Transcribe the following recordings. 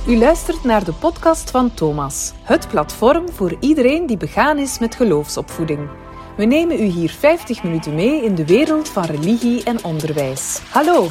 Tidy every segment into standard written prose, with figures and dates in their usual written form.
U luistert naar de podcast van Thomas, het platform voor iedereen die begaan is met geloofsopvoeding. We nemen u hier 50 minuten mee in de wereld van religie en onderwijs. Hallo!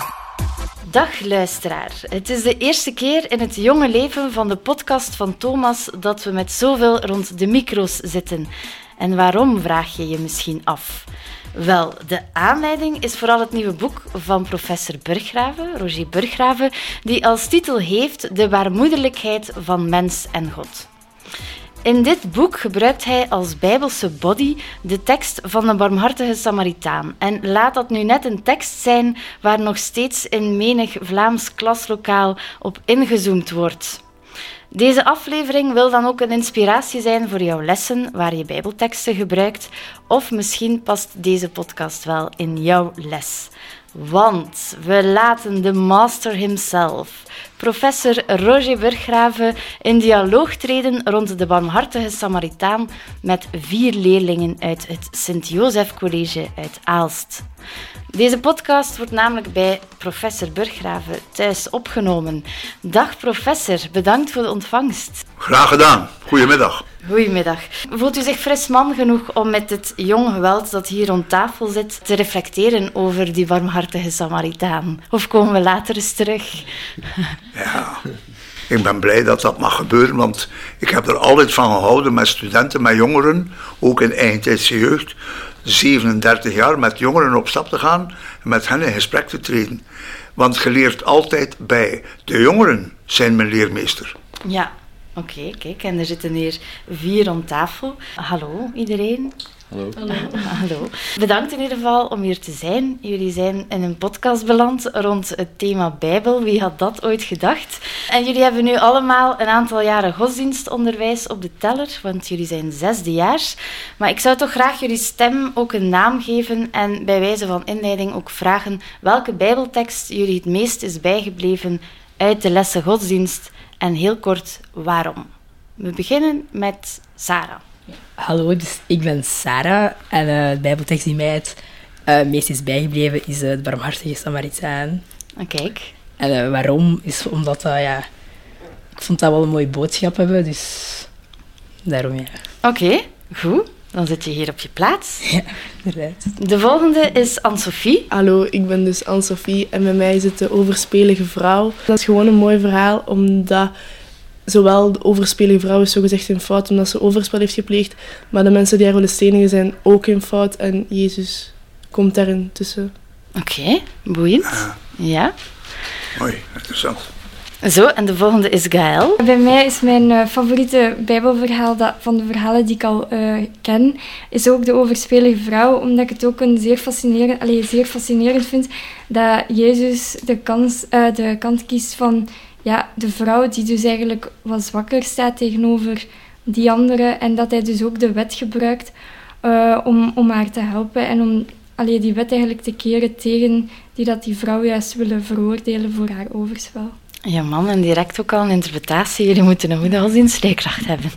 Dag luisteraar, het is de eerste keer in het jonge leven van de podcast van Thomas dat we met zoveel rond de micro's zitten. En waarom, vraag je je misschien af? Wel, de aanleiding is vooral het nieuwe boek van professor Burggraven, Roger Burggraven, die als titel heeft De waarmoederlijkheid van mens en God. In dit boek gebruikt hij als bijbelse body de tekst van de barmhartige Samaritaan. En laat dat nu net een tekst zijn waar nog steeds in menig Vlaams klaslokaal op ingezoomd wordt. Deze aflevering wil dan ook een inspiratie zijn voor jouw lessen waar je bijbelteksten gebruikt. Of misschien past deze podcast wel in jouw les. Want we laten de master himself, professor Roger Burggraven, in dialoog treden rond de barmhartige Samaritaan met 4 leerlingen uit het Sint-Joseph College uit Aalst. Deze podcast wordt namelijk bij professor Burggraven thuis opgenomen. Dag professor, bedankt voor de ontvangst. Graag gedaan. Goedemiddag. Goedemiddag. Voelt u zich fris man genoeg om met het jong geweld dat hier rond tafel zit te reflecteren over die barmhartige Samaritaan? Of komen we later eens terug? Ja, ik ben blij dat dat mag gebeuren, want ik heb er altijd van gehouden met studenten, met jongeren, ook in eigentijdse jeugd, 37 jaar met jongeren op stap te gaan en met hen in gesprek te treden. Want je leert altijd bij. De jongeren zijn mijn leermeester. Ja, oké, kijk, en er zitten hier 4 rond tafel. Hallo iedereen. Hallo. Hallo. Bedankt in ieder geval om hier te zijn. Jullie zijn in een podcast beland rond het thema Bijbel. Wie had dat ooit gedacht? En jullie hebben nu allemaal een aantal jaren godsdienstonderwijs op de teller, want jullie zijn 6e-jaars. Maar ik zou toch graag jullie stem ook een naam geven en bij wijze van inleiding ook vragen welke bijbeltekst jullie het meest is bijgebleven uit de lessen godsdienst en heel kort waarom. We beginnen met Sarah. Hallo, dus ik ben Sarah en de bijbeltekst die mij het meest is bijgebleven is de barmhartige Samaritaan. Kijk. En waarom? Is omdat ik vond dat wel een mooie boodschap hebben, dus daarom ja. Oké, goed. Dan zit je hier op je plaats. Ja, inderdaad. De volgende is Anne-Sophie. Hallo, ik ben dus Anne-Sophie en bij mij is het de overspelige vrouw. Dat is gewoon een mooi verhaal, omdat zowel de overspelige vrouw is zogezegd in fout omdat ze overspel heeft gepleegd, maar de mensen die haar willen stenigen zijn ook in fout en Jezus komt daarin tussen. Oké, boeiend. Ja. Mooi, interessant. Zo, en de volgende is Gaël. Bij mij is mijn favoriete bijbelverhaal van de verhalen die ik al ken, is ook de overspelige vrouw, omdat ik het ook een zeer fascinerend vind dat Jezus de kant kiest van de vrouw die dus eigenlijk wat zwakker staat tegenover die andere en dat hij dus ook de wet gebruikt om haar te helpen en om die wet eigenlijk te keren tegen die vrouw juist willen veroordelen voor haar overspel. Ja man, en direct ook al een interpretatie. Jullie moeten een goede godsdienstleerkracht hebben.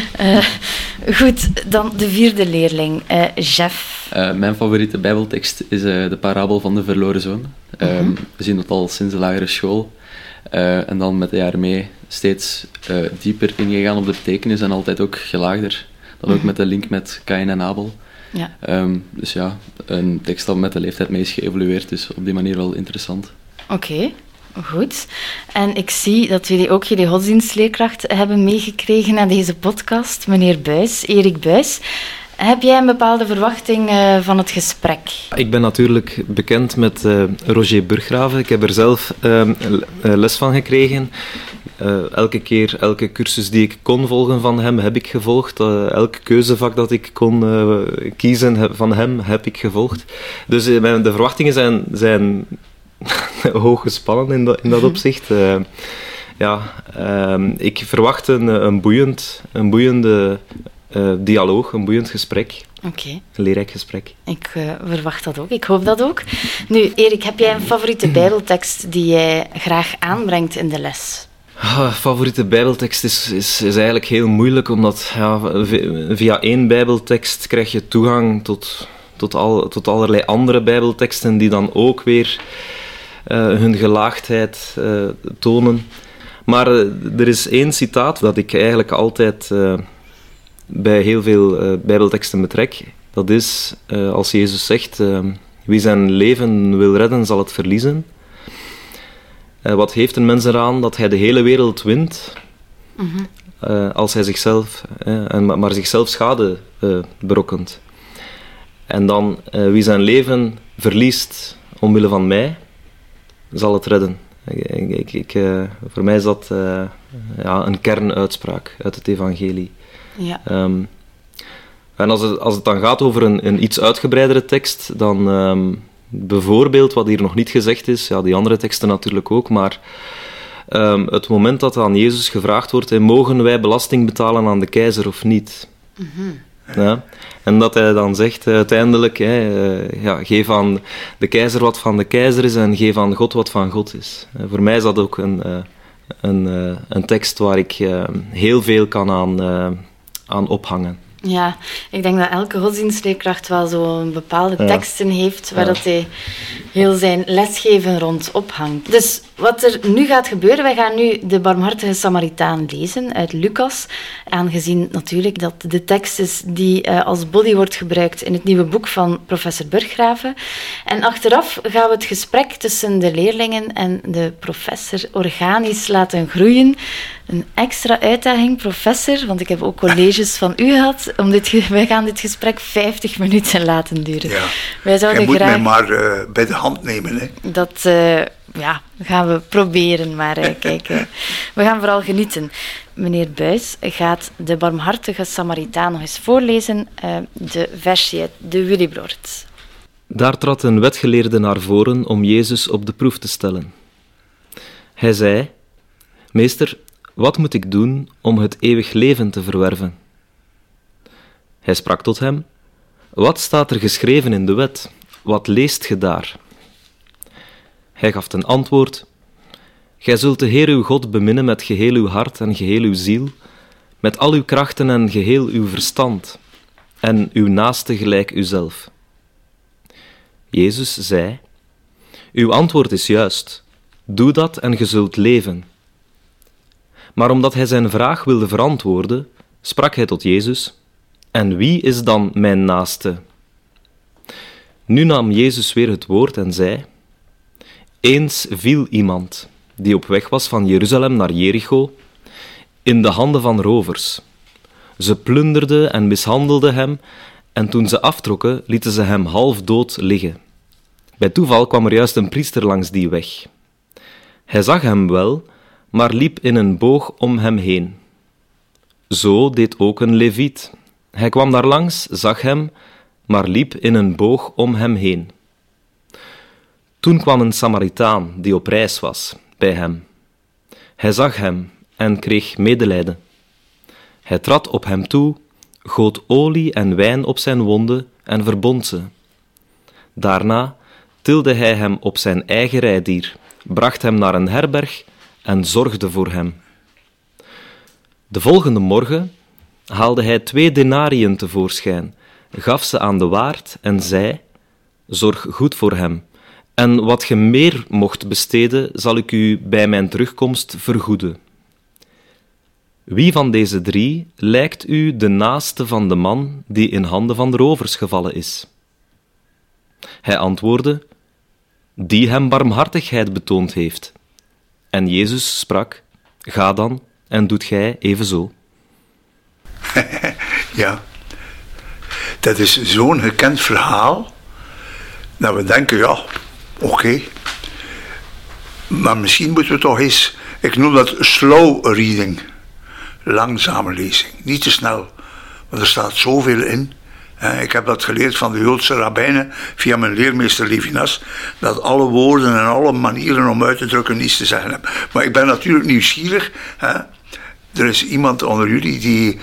Goed, dan de 4e leerling, Jeff. Mijn favoriete bijbeltekst is de parabel van de verloren zoon. We zien dat al sinds de lagere school. En dan met de jaren mee steeds dieper ingegaan op de betekenis en altijd ook gelaagder. Dan ook met de link met Kaïn en Abel. Ja. Dus ja, een tekst dat met de leeftijd mee is geëvolueerd, dus op die manier wel interessant. Oké, goed. En ik zie dat jullie ook jullie godsdienstleerkracht hebben meegekregen aan deze podcast, meneer Buys, Erik Buys. Heb jij een bepaalde verwachting van het gesprek? Ik ben natuurlijk bekend met Roger Burggraven. Ik heb er zelf les van gekregen. Elke cursus die ik kon volgen van hem, heb ik gevolgd. Elk keuzevak dat ik kon kiezen van hem, heb ik gevolgd. Dus de verwachtingen zijn hoog gespannen in dat opzicht. Ik verwacht een boeiende dialoog, een boeiend gesprek. Oké. Een leerrijk gesprek. Ik verwacht dat ook. Ik hoop dat ook. Nu, Erik, heb jij een favoriete bijbeltekst die jij graag aanbrengt in de les? Favoriete bijbeltekst is eigenlijk heel moeilijk, omdat via 1 bijbeltekst krijg je toegang tot allerlei andere bijbelteksten die dan ook weer hun gelaagdheid tonen. Maar er is één citaat dat ik eigenlijk altijd bij heel veel Bijbelteksten betrek. Dat is als Jezus zegt, wie zijn leven wil redden, zal het verliezen. Wat heeft een mens eraan dat hij de hele wereld wint, als hij zichzelf, maar zichzelf schade berokkent. En dan, wie zijn leven verliest omwille van mij, zal het redden. Voor mij is dat een kernuitspraak uit het evangelie. Ja. En als het dan gaat over een iets uitgebreidere tekst, dan bijvoorbeeld, wat hier nog niet gezegd is, ja, die andere teksten natuurlijk ook, maar het moment dat aan Jezus gevraagd wordt, mogen wij belasting betalen aan de keizer of niet? Ja? En dat hij dan zegt uiteindelijk, geef aan de keizer wat van de keizer is en geef aan God wat van God is. Voor mij is dat ook een tekst waar ik heel veel kan aan ophangen. Ja, ik denk dat elke godsdienstleerkracht wel zo'n bepaalde teksten heeft waar dat hij heel zijn lesgeven rond ophangt. Dus wat er nu gaat gebeuren, wij gaan nu de barmhartige Samaritaan lezen uit Lucas, aangezien natuurlijk dat de tekst is die als body wordt gebruikt in het nieuwe boek van professor Burggraven. En achteraf gaan we het gesprek tussen de leerlingen en de professor organisch laten groeien. Een extra uitdaging, professor, want ik heb ook colleges van u gehad. Wij gaan dit gesprek 50 minuten laten duren. Ja. Wij zouden je moet graag... mij maar bij de hand nemen. Hè. Dat gaan we proberen, maar kijk, we gaan vooral genieten. Meneer Buys gaat de barmhartige Samaritaan nog eens voorlezen, de versje uit de Willibrord. Daar trad een wetgeleerde naar voren om Jezus op de proef te stellen. Hij zei, meester, wat moet ik doen om het eeuwig leven te verwerven? Hij sprak tot hem, wat staat er geschreven in de wet? Wat leest ge daar? Hij gaf ten antwoord, gij zult de Heer uw God beminnen met geheel uw hart en geheel uw ziel, met al uw krachten en geheel uw verstand, en uw naaste gelijk uzelf. Jezus zei, uw antwoord is juist, doe dat en ge zult leven. Maar omdat hij zijn vraag wilde verantwoorden, sprak hij tot Jezus, en wie is dan mijn naaste? Nu nam Jezus weer het woord en zei, eens viel iemand, die op weg was van Jeruzalem naar Jericho, in de handen van rovers. Ze plunderden en mishandelden hem, en toen ze aftrokken, lieten ze hem half dood liggen. Bij toeval kwam er juist een priester langs die weg. Hij zag hem wel, maar liep in een boog om hem heen. Zo deed ook een leviet. Hij kwam daar langs, zag hem, maar liep in een boog om hem heen. Toen kwam een Samaritaan, die op reis was, bij hem. Hij zag hem en kreeg medelijden. Hij trad op hem toe, goot olie en wijn op zijn wonden en verbond ze. Daarna tilde hij hem op zijn eigen rijdier, bracht hem naar een herberg en zorgde voor hem. De volgende morgen haalde hij 2 denariën tevoorschijn, gaf ze aan de waard en zei, zorg goed voor hem, en wat ge meer mocht besteden, zal ik u bij mijn terugkomst vergoeden. Wie van deze 3 lijkt u de naaste van de man die in handen van de rovers gevallen is? Hij antwoordde, die hem barmhartigheid betoond heeft. En Jezus sprak, ga dan en doet gij evenzo. Ja, dat is zo'n gekend verhaal, dat we denken, oké. Maar misschien moeten we toch eens, ik noem dat slow reading, langzame lezing, niet te snel, want er staat zoveel in. Ik heb dat geleerd van de Joodse rabbijnen via mijn leermeester Levinas, dat alle woorden en alle manieren om uit te drukken niets te zeggen hebben. Maar ik ben natuurlijk nieuwsgierig. Er is iemand onder jullie die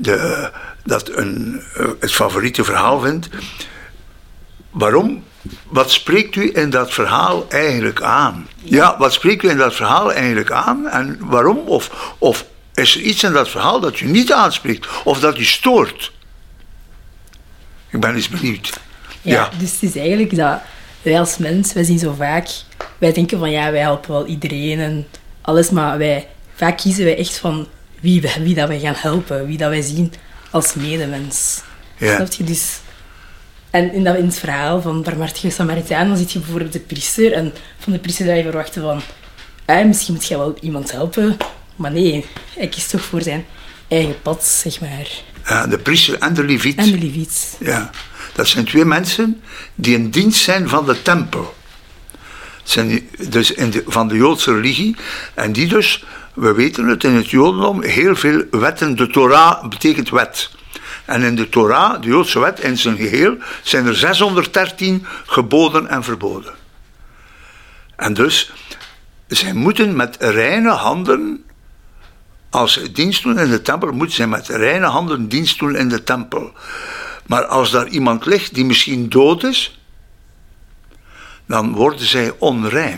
het favoriete verhaal vindt. Waarom? Wat spreekt u in dat verhaal eigenlijk aan? Ja, wat spreekt u in dat verhaal eigenlijk aan en waarom? Of is er iets in dat verhaal dat u niet aanspreekt of dat u stoort? Ik ben eens benieuwd. Ja, dus het is eigenlijk dat wij als mens, wij zien zo vaak, wij denken van wij helpen wel iedereen en alles, maar wij vaak kiezen wij echt van wie dat wij gaan helpen, wie dat wij zien als medemens. Ja. Snap je? Dus, en in het verhaal van barmhartige Samaritaan, dan zit je bijvoorbeeld de priester, en van de priester dat je verwachtte van misschien moet jij wel iemand helpen, maar nee, hij kiest toch voor zijn eigen pad, zeg maar. Ja, de priester en de leviet. En de leviet. Ja, dat zijn twee mensen die in dienst zijn van de tempel. Zijn dus van de Joodse religie. En die dus, we weten het in het Jodendom, heel veel wetten. De Torah betekent wet. En in de Torah, de Joodse wet in zijn geheel, zijn er 613 geboden en verboden. En dus, zij moeten met reine handen, als ze dienst doen in de tempel, moeten zij met reine handen dienst doen in de tempel. Maar als daar iemand ligt die misschien dood is, dan worden zij onrein.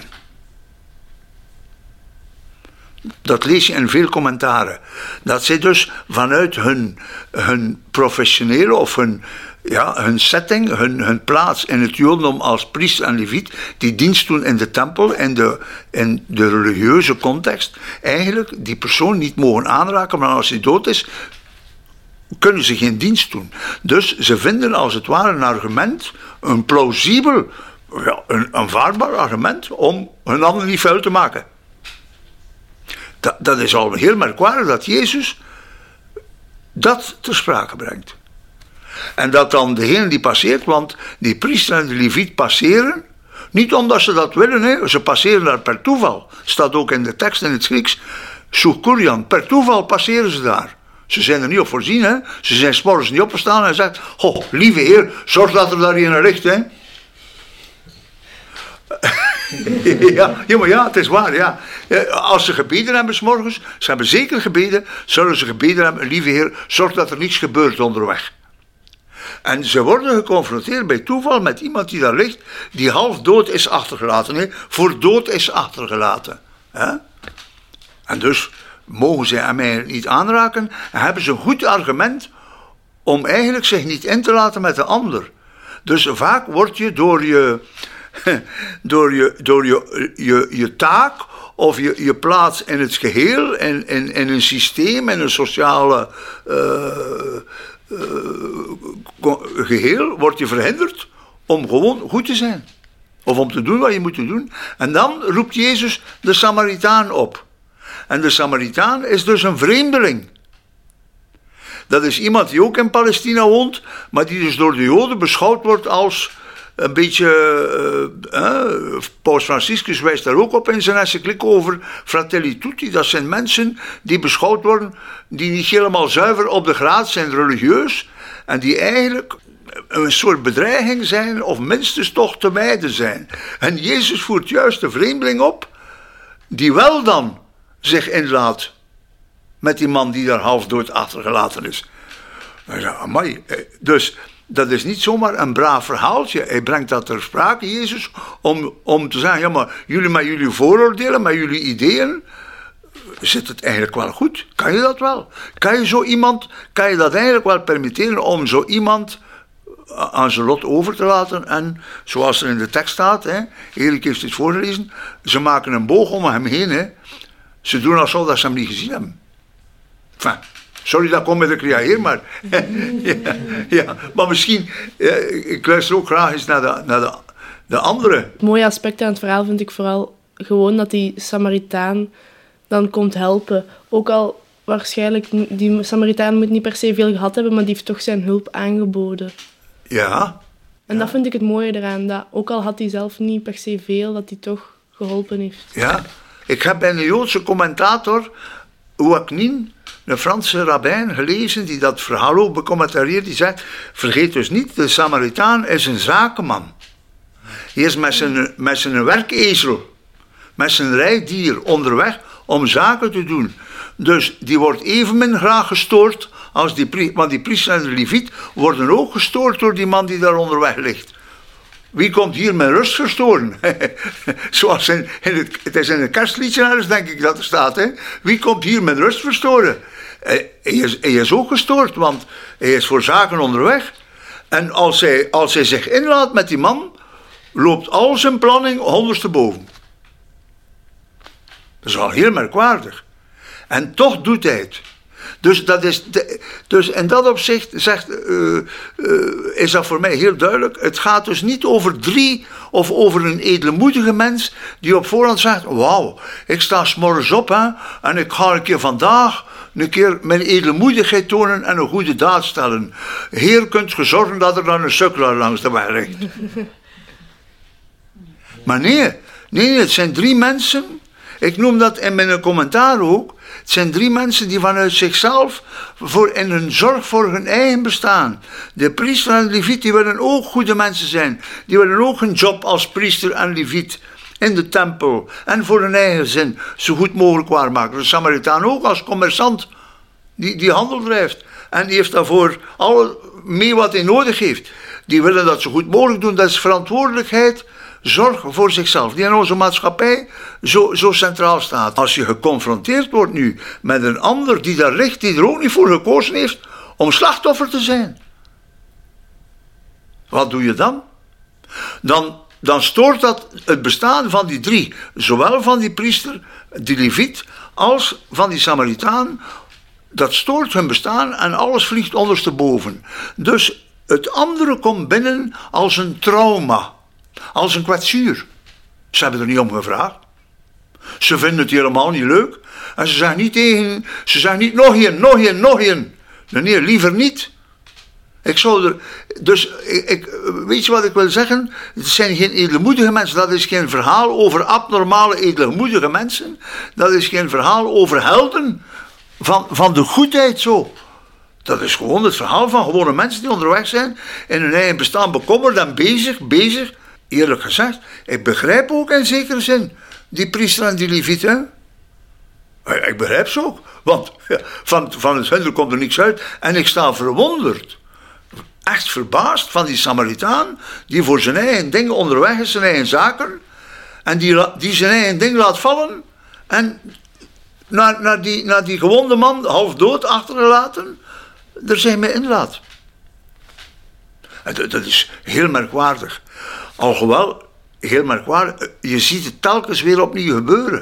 Dat lees je in veel commentaren. Dat zij dus vanuit hun professionele of hun setting, hun plaats in het Jodendom als priester en leviet, die dienst doen in de tempel, in de religieuze context, eigenlijk die persoon niet mogen aanraken, maar als hij dood is, kunnen ze geen dienst doen. Dus ze vinden als het ware een argument, een plausibel, een aanvaardbaar argument om hun handen niet vuil te maken. Dat is al heel merkwaardig dat Jezus dat ter sprake brengt. En dat dan degene die passeert, want die priester en de leviet passeren, niet omdat ze dat willen, hè, ze passeren daar per toeval. Staat ook in de tekst in het Grieks, soukurian, per toeval passeren ze daar. Ze zijn er niet op voorzien, hè. Ze zijn 's morgens niet opgestaan en zegt, lieve Heer, zorg dat er daar een ligt, hè. Ja, het is waar, ja. Als ze gebeden hebben 's morgens, ze hebben zeker gebeden, zullen ze gebeden hebben, lieve Heer, zorg dat er niets gebeurt onderweg. En ze worden geconfronteerd bij toeval met iemand die daar ligt, die half dood is achtergelaten, hè? Voor dood is achtergelaten. Hè? En dus mogen zij hem eigenlijk niet aanraken en hebben ze een goed argument om eigenlijk zich niet in te laten met de ander. Dus vaak word je door je taak of je plaats in het geheel, in een systeem, in een sociale geheel, word je verhinderd om gewoon goed te zijn. Of om te doen wat je moet doen. En dan roept Jezus de Samaritaan op. En de Samaritaan is dus een vreemdeling. Dat is iemand die ook in Palestina woont, maar die dus door de Joden beschouwd wordt als een beetje, Paus Franciscus wijst daar ook op in zijn encycliek over, Fratelli Tutti, dat zijn mensen die beschouwd worden, die niet helemaal zuiver op de graad zijn religieus, en die eigenlijk een soort bedreiging zijn, of minstens toch te mijden zijn. En Jezus voert juist de vreemdeling op, die wel dan zich inlaat met die man die daar half dood achtergelaten is. Amai, dus dat is niet zomaar een braaf verhaaltje. Hij brengt dat ter sprake, Jezus, om te zeggen, ja, maar jullie met jullie vooroordelen, met jullie ideeën, zit het eigenlijk wel goed? Kan je dat wel? Kan je dat eigenlijk wel permitteren om zo iemand aan zijn lot over te laten? En zoals er in de tekst staat, hè, Erik heeft het voorgelezen, ze maken een boog om hem heen. Hè. Ze doen alsof dat ze hem niet gezien hebben. Enfin, sorry dat ik kom met de creëer, maar ja, maar misschien, ik luister ook graag eens naar de andere. Het mooie aspect aan het verhaal vind ik vooral gewoon dat die Samaritaan dan komt helpen. Ook al waarschijnlijk, die Samaritaan moet niet per se veel gehad hebben, maar die heeft toch zijn hulp aangeboden. Ja. En dat vind ik het mooie eraan, dat ook al had hij zelf niet per se veel, dat hij toch geholpen heeft. Ja, ik heb bij een Joodse commentator, Ouaknin, een Franse rabbijn, gelezen die dat verhaal ook becommentarieert. Die zegt, vergeet dus niet, de Samaritaan is een zakenman. Hij is met zijn werkezel, met zijn rijdier onderweg om zaken te doen. Dus die wordt evenmin graag gestoord als want die priester en de leviet worden ook gestoord door die man die daar onderweg ligt. Wie komt hier mijn rust verstoren? Zoals het is in een kerstliedje ergens, denk ik dat er staat. Hè? Wie komt hier mijn rust verstoren? Hij is ook gestoord, want hij is voor zaken onderweg. En als hij zich inlaat met die man, loopt al zijn planning ondersteboven. Dat is al heel merkwaardig. En toch doet hij het. Dus, dus in dat opzicht is dat voor mij heel duidelijk. Het gaat dus niet over 3 of over een edelmoedige mens die op voorhand zegt, wauw, ik sta 's morgens op en ik ga een keer vandaag mijn edelmoedigheid tonen en een goede daad stellen. Heer, kunt je zorgen dat er dan een sukkelaar langs de weg ligt. Maar nee, het zijn 3 mensen. Ik noem dat in mijn commentaar ook. Het zijn 3 mensen die vanuit zichzelf in hun zorg voor hun eigen bestaan. De priester en de leviet, die willen ook goede mensen zijn. Die willen ook hun job als priester en leviet in de tempel en voor hun eigen zin zo goed mogelijk waarmaken. De Samaritaan ook als commerçant die handel drijft. En die heeft daarvoor mee wat hij nodig heeft. Die willen dat zo goed mogelijk doen. Dat is verantwoordelijkheid. Zorg voor zichzelf, die in onze maatschappij zo centraal staat. Als je geconfronteerd wordt nu met een ander die daar ligt, die er ook niet voor gekozen heeft om slachtoffer te zijn. Wat doe je dan? Dan stoort dat het bestaan van die 3. Zowel van die priester, die leviet, als van die Samaritaan. Dat stoort hun bestaan en alles vliegt ondersteboven. Dus het andere komt binnen als een trauma. Als een kwetsuur. Ze hebben er niet om gevraagd. Ze vinden het helemaal niet leuk. En ze zeggen niet nog een. Nee, liever niet. Weet je wat ik wil zeggen? Het zijn geen edelmoedige mensen. Dat is geen verhaal over abnormale edelmoedige mensen. Dat is geen verhaal over helden van de goedheid zo. Dat is gewoon het verhaal van gewone mensen die onderweg zijn in hun eigen bestaan bekommerd en bezig. Eerlijk gezegd, ik begrijp ook in zekere zin die priester en die levieten. Ik begrijp ze ook, want van het hinder komt er niks uit. En ik sta verwonderd, echt verbaasd van die Samaritaan, die voor zijn eigen dingen onderweg is, zijn eigen zaken, en die zijn eigen ding laat vallen en naar die gewonde man, half dood achtergelaten, er zich mee inlaat. Dat is heel merkwaardig. Alhoewel, heel merkwaardig, je ziet het telkens weer opnieuw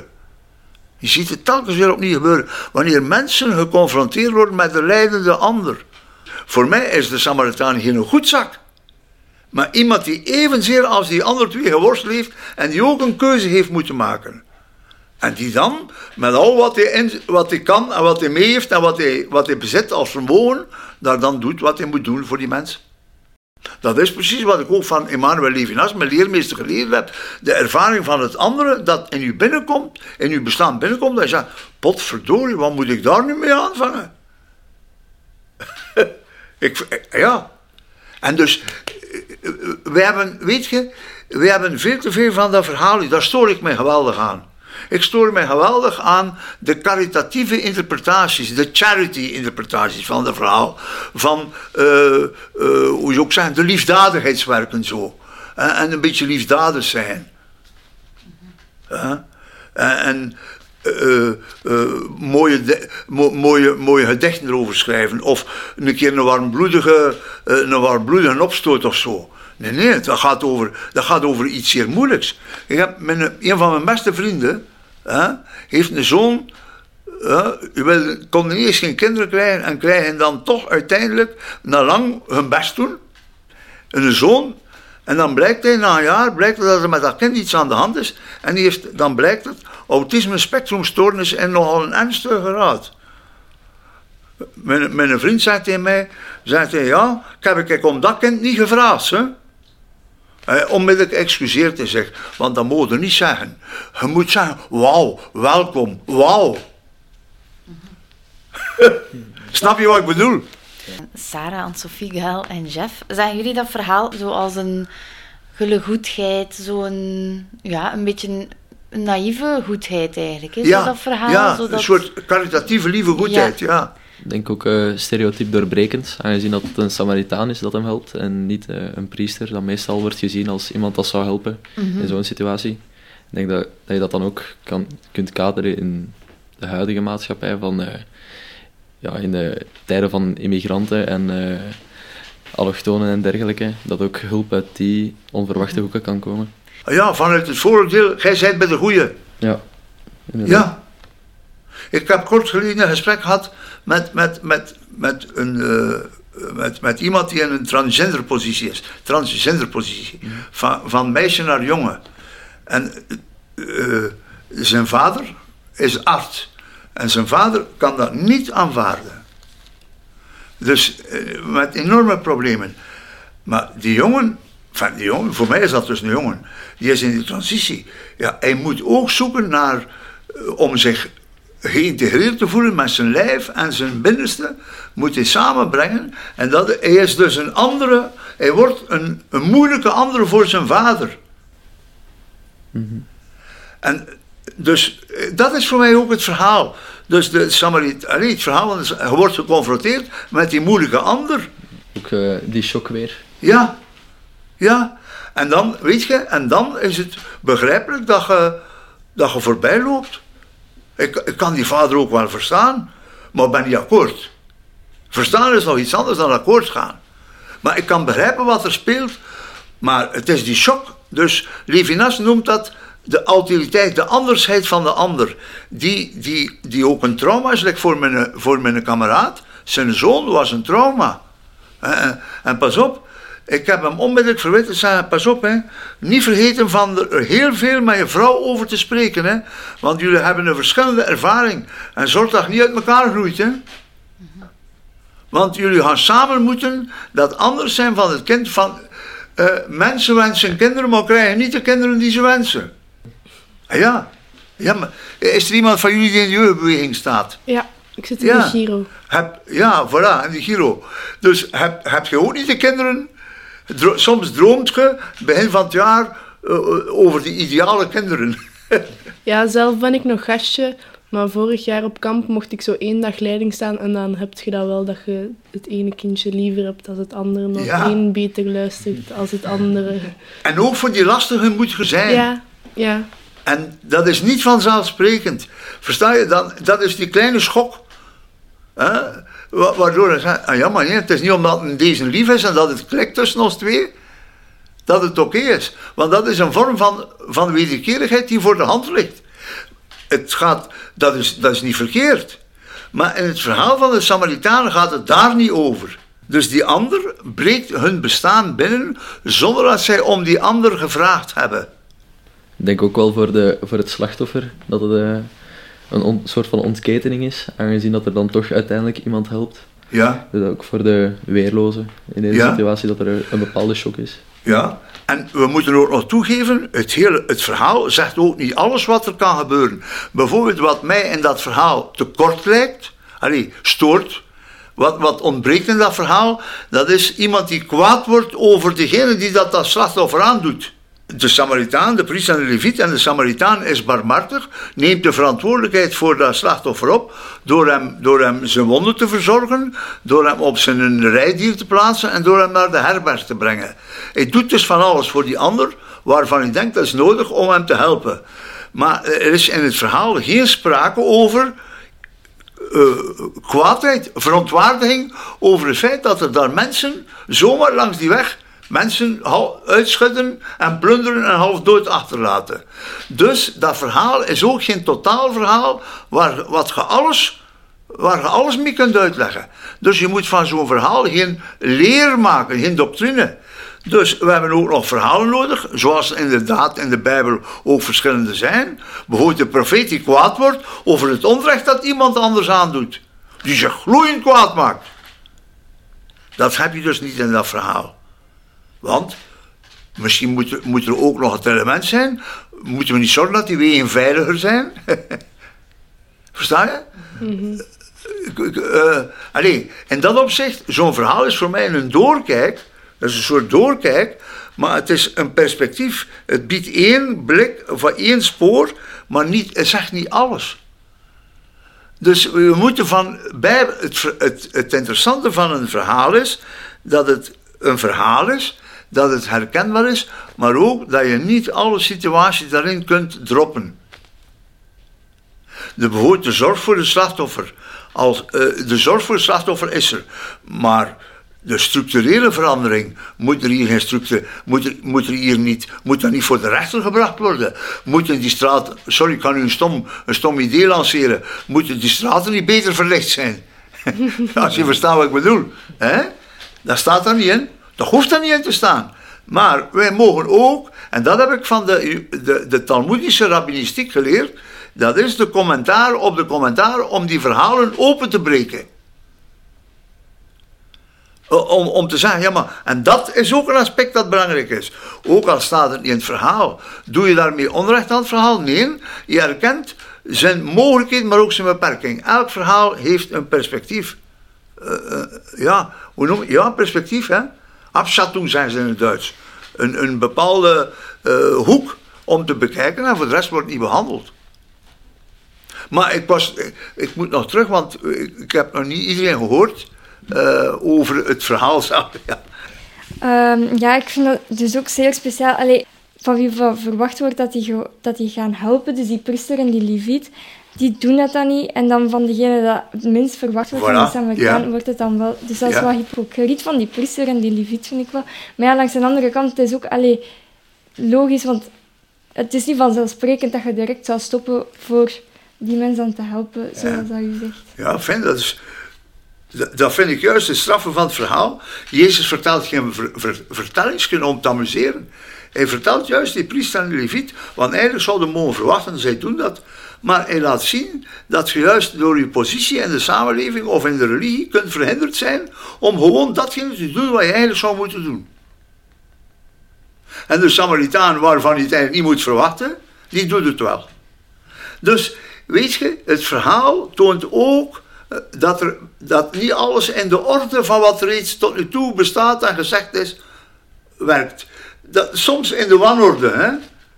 gebeuren. Wanneer mensen geconfronteerd worden met de lijdende ander. Voor mij is de Samaritaan geen goedzak. Maar iemand die evenzeer als die andere 2 geworsteld heeft en die ook een keuze heeft moeten maken. En die dan, met al wat hij kan en wat hij mee heeft en wat hij bezit als vermogen, daar dan doet wat hij moet doen voor die mensen. Dat is precies wat ik ook van Emmanuel Levinas, mijn leermeester, geleerd heb. De ervaring van het andere dat in uw bestaan binnenkomt, dat je zegt, potverdorie, wat moet ik daar nu mee aanvangen? Ja. En dus, wij hebben veel te veel van dat verhaal, daar stoor ik mij geweldig aan. Ik stoor mij geweldig aan de caritatieve interpretaties, de charity-interpretaties van het verhaal. Van, hoe je ook zeggen, de liefdadigheidswerken zo. En een beetje liefdadig zijn. En mooie gedichten erover schrijven. Of een keer een warmbloedige opstoot of zo. Nee, dat gaat over iets zeer moeilijks. Een van mijn beste vrienden heeft een zoon. Kon niet eens geen kinderen krijgen en krijgen dan toch uiteindelijk, na lang hun best doen, een zoon. En dan blijkt hij na een jaar dat er met dat kind iets aan de hand is. En dan blijkt het autisme spectrumstoornis en nogal een ernstige graad. Mijn vriend zei tegen mij, ja, ik heb om dat kind niet gevraagd, hè. Onmiddellijk excuseert hij zich, want dat moet je niet zeggen. Je moet zeggen, wauw, welkom, wauw. Snap je wat ik bedoel? Sarah, Anne-Sophie, Gaël en Jeff, zagen jullie dat verhaal zo als een gulle goedheid, een beetje een naïeve goedheid eigenlijk? Hè? Ja, zo dat verhaal, ja, zodat... een soort caritatieve lieve goedheid, ja. Ik denk ook stereotyp doorbrekend, aangezien dat het een Samaritaan is dat hem helpt en niet een priester, dat meestal wordt gezien als iemand dat zou helpen in zo'n situatie. Ik denk dat je dat dan ook kunt kaderen in de huidige maatschappij, in de tijden van immigranten en allochtonen en dergelijke, dat ook hulp uit die onverwachte hoeken kan komen. Ja, vanuit het vooroordeel, jij zijt bij de goeie. Ja, inderdaad. Ik heb kort geleden een gesprek gehad met iemand die in een transgenderpositie is. Van meisje naar jongen. En zijn vader is arts. En zijn vader kan dat niet aanvaarden. Dus met enorme problemen. Maar die jongen, voor mij is dat dus een jongen, die is in die transitie. Ja, hij moet ook zoeken naar, om zich geïntegreerd te voelen met zijn lijf en zijn binnenste, moet hij samenbrengen. En hij is dus een andere, hij wordt een moeilijke andere voor zijn vader. Mm-hmm. En dus dat is voor mij ook het verhaal. Dus het verhaal, je wordt geconfronteerd met die moeilijke ander. Ook die shock weer. Ja. En dan, weet je, is het begrijpelijk dat je voorbij loopt. Ik kan die vader ook wel verstaan, maar ik ben niet akkoord. Verstaan is nog iets anders dan akkoord gaan. Maar ik kan begrijpen wat er speelt, maar het is die shock. Dus Levinas noemt dat de alteriteit, de andersheid van de ander, die ook een trauma is, like voor mijn kameraad. Zijn zoon was een trauma. En pas op, ik heb hem onmiddellijk verwittigd, zei, pas op, niet vergeten van er heel veel met je vrouw over te spreken, want jullie hebben een verschillende ervaring en zorg dat je niet uit elkaar groeit. Want jullie gaan samen moeten dat anders zijn van het kind van mensen wensen kinderen, maar krijgen niet de kinderen die ze wensen. Ja, maar is er iemand van jullie die in de jeugdbeweging staat? Ja, ik zit in de Giro. Voilà, in de Giro. Dus heb je ook niet de kinderen? Soms droomt je, begin van het jaar, over die ideale kinderen. Ja, zelf ben ik nog gastje, maar vorig jaar op kamp mocht ik zo 1 dag leiding staan en dan heb je dat wel, dat je het ene kindje liever hebt als het andere, nog 1 beter luistert als het andere. En ook voor die lastige moet je zijn. Ja. En dat is niet vanzelfsprekend. Versta je? Dat is die kleine schok. Waardoor hij zegt, maar nee, het is niet omdat deze lief is en dat het klikt tussen ons twee, dat het oké is. Want dat is een vorm van wederkerigheid die voor de hand ligt. Dat is niet verkeerd. Maar in het verhaal van de Samaritanen gaat het daar niet over. Dus die ander breekt hun bestaan binnen zonder dat zij om die ander gevraagd hebben. Ik denk ook wel voor het slachtoffer dat het een soort van ontketening is, aangezien dat er dan toch uiteindelijk iemand helpt. Ja. Dus ook voor de weerloze in deze situatie dat er een bepaalde shock is. Ja, en we moeten ook nog toegeven, het verhaal zegt ook niet alles wat er kan gebeuren. Bijvoorbeeld wat mij in dat verhaal tekort lijkt, stoort, wat ontbreekt in dat verhaal, dat is iemand die kwaad wordt over degene die dat slachtoffer aandoet. De Samaritaan, de priester en de leviet, en de Samaritaan is barmhartig, neemt de verantwoordelijkheid voor dat slachtoffer op, door hem zijn wonden te verzorgen, door hem op zijn rijdier te plaatsen en door hem naar de herberg te brengen. Hij doet dus van alles voor die ander, waarvan hij denkt dat is nodig om hem te helpen. Maar er is in het verhaal geen sprake over kwaadheid, verontwaardiging over het feit dat er daar mensen zomaar langs die weg mensen uitschudden en plunderen en half dood achterlaten. Dus dat verhaal is ook geen totaalverhaal waar je alles mee kunt uitleggen. Dus je moet van zo'n verhaal geen leer maken, geen doctrine. Dus we hebben ook nog verhalen nodig, zoals inderdaad in de Bijbel ook verschillende zijn. Bijvoorbeeld de profeet die kwaad wordt over het onrecht dat iemand anders aandoet. Die zich gloeiend kwaad maakt. Dat heb je dus niet in dat verhaal. Want misschien moet er ook nog het element zijn. Moeten we niet zorgen dat die wegen veiliger zijn? Versta je? Mm-hmm. In dat opzicht, zo'n verhaal is voor mij een doorkijk. Dat is een soort doorkijk, maar het is een perspectief. Het biedt 1 blik van 1 spoor, maar het zegt niet alles. Dus we moeten het interessante van een verhaal is dat het een verhaal is, dat het herkenbaar is, maar ook dat je niet alle situaties daarin kunt droppen. De zorg voor de slachtoffer. De zorg voor het slachtoffer is er, maar de structurele verandering, moet er hier geen structuur, moet dat niet voor de rechter gebracht worden? Moeten die straten, sorry, ik kan u een stom idee lanceren, moeten die straten niet beter verlicht zijn? Als je verstaat wat ik bedoel. Hè? Dat staat er niet in. Dat hoeft er niet in te staan. Maar wij mogen ook, en dat heb ik van de Talmoedische rabbinistiek geleerd, dat is de commentaar op de commentaar om die verhalen open te breken. Om te zeggen, ja maar, en dat is ook een aspect dat belangrijk is. Ook al staat het niet in het verhaal. Doe je daarmee onrecht aan het verhaal? Nee, je erkent zijn mogelijkheden, maar ook zijn beperking. Elk verhaal heeft een perspectief. Hoe noem je? Ja, perspectief, hè. Abschattung zijn ze in het Duits. Een bepaalde hoek om te bekijken en voor de rest wordt het niet behandeld. Maar ik moet nog terug, want ik heb nog niet iedereen gehoord over het verhaal zelf. Ja, ik vind dat dus ook zeer speciaal. Allee, van wie verwacht wordt dat die gaan helpen, dus die priester en die leviet, die doen dat dan niet. En dan van degene dat het minst verwacht wordt van de Samaritaan, wordt het dan wel. Dus dat is wel hypocriet van die priester en die leviet, vind ik wel. Maar ja, langs de andere kant, het is ook logisch, want het is niet vanzelfsprekend dat je direct zou stoppen voor die mensen aan te helpen, zoals dat u zegt. Ja, dat vind ik juist de straffen van het verhaal. Jezus vertelt geen vertellingsken om te amuseren. Hij vertelt juist die priester en de leviet, want eigenlijk zouden mogen verwachten, zij doen dat. Maar hij laat zien dat je juist door je positie in de samenleving of in de religie kunt verhinderd zijn om gewoon datgene te doen wat je eigenlijk zou moeten doen. En de Samaritaan, waarvan je het eigenlijk niet moet verwachten, die doet het wel. Dus, weet je, het verhaal toont ook dat niet alles in de orde van wat er reeds tot nu toe bestaat en gezegd is, werkt. Soms in de wanorde, hè.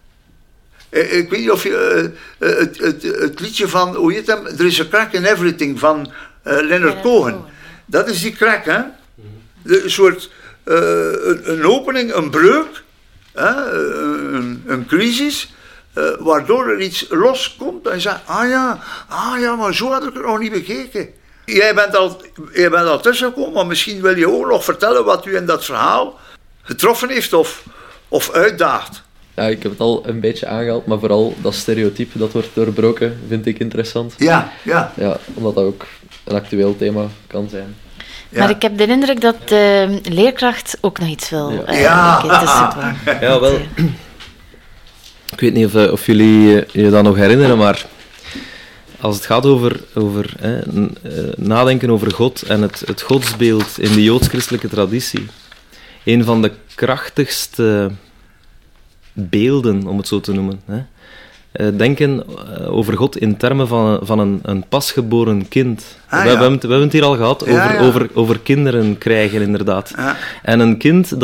Ik weet niet of je het liedje van, hoe heet hem, Er is a crack in everything van Leonard Cohen. Dat is die crack, hè. Een soort, een opening, een breuk, een crisis, waardoor er iets loskomt en je zegt, ah ja, maar zo had ik het nog niet bekeken. Jij bent al tussengekomen, maar misschien wil je ook nog vertellen wat u in dat verhaal getroffen heeft of uitdaagt. Ja, ik heb het al een beetje aangehaald, maar vooral dat stereotype dat wordt doorbroken vind ik interessant. Ja. Ja, omdat dat ook een actueel thema kan zijn. Ja. Maar ik heb de indruk dat de leerkracht ook nog iets wil. Ja, wel. Ik weet niet of jullie je dat nog herinneren, maar als het gaat over nadenken over God en het godsbeeld in de joods-christelijke traditie, een van de krachtigste beelden, om het zo te noemen, denken over God in termen van een pasgeboren kind. We hebben het hier al gehad over kinderen krijgen, inderdaad. Ja. En een kind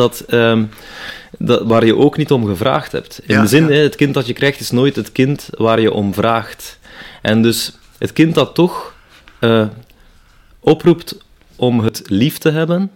waar je ook niet om gevraagd hebt. In de zin, het kind dat je krijgt is nooit het kind waar je om vraagt. En dus het kind dat toch oproept om het lief te hebben,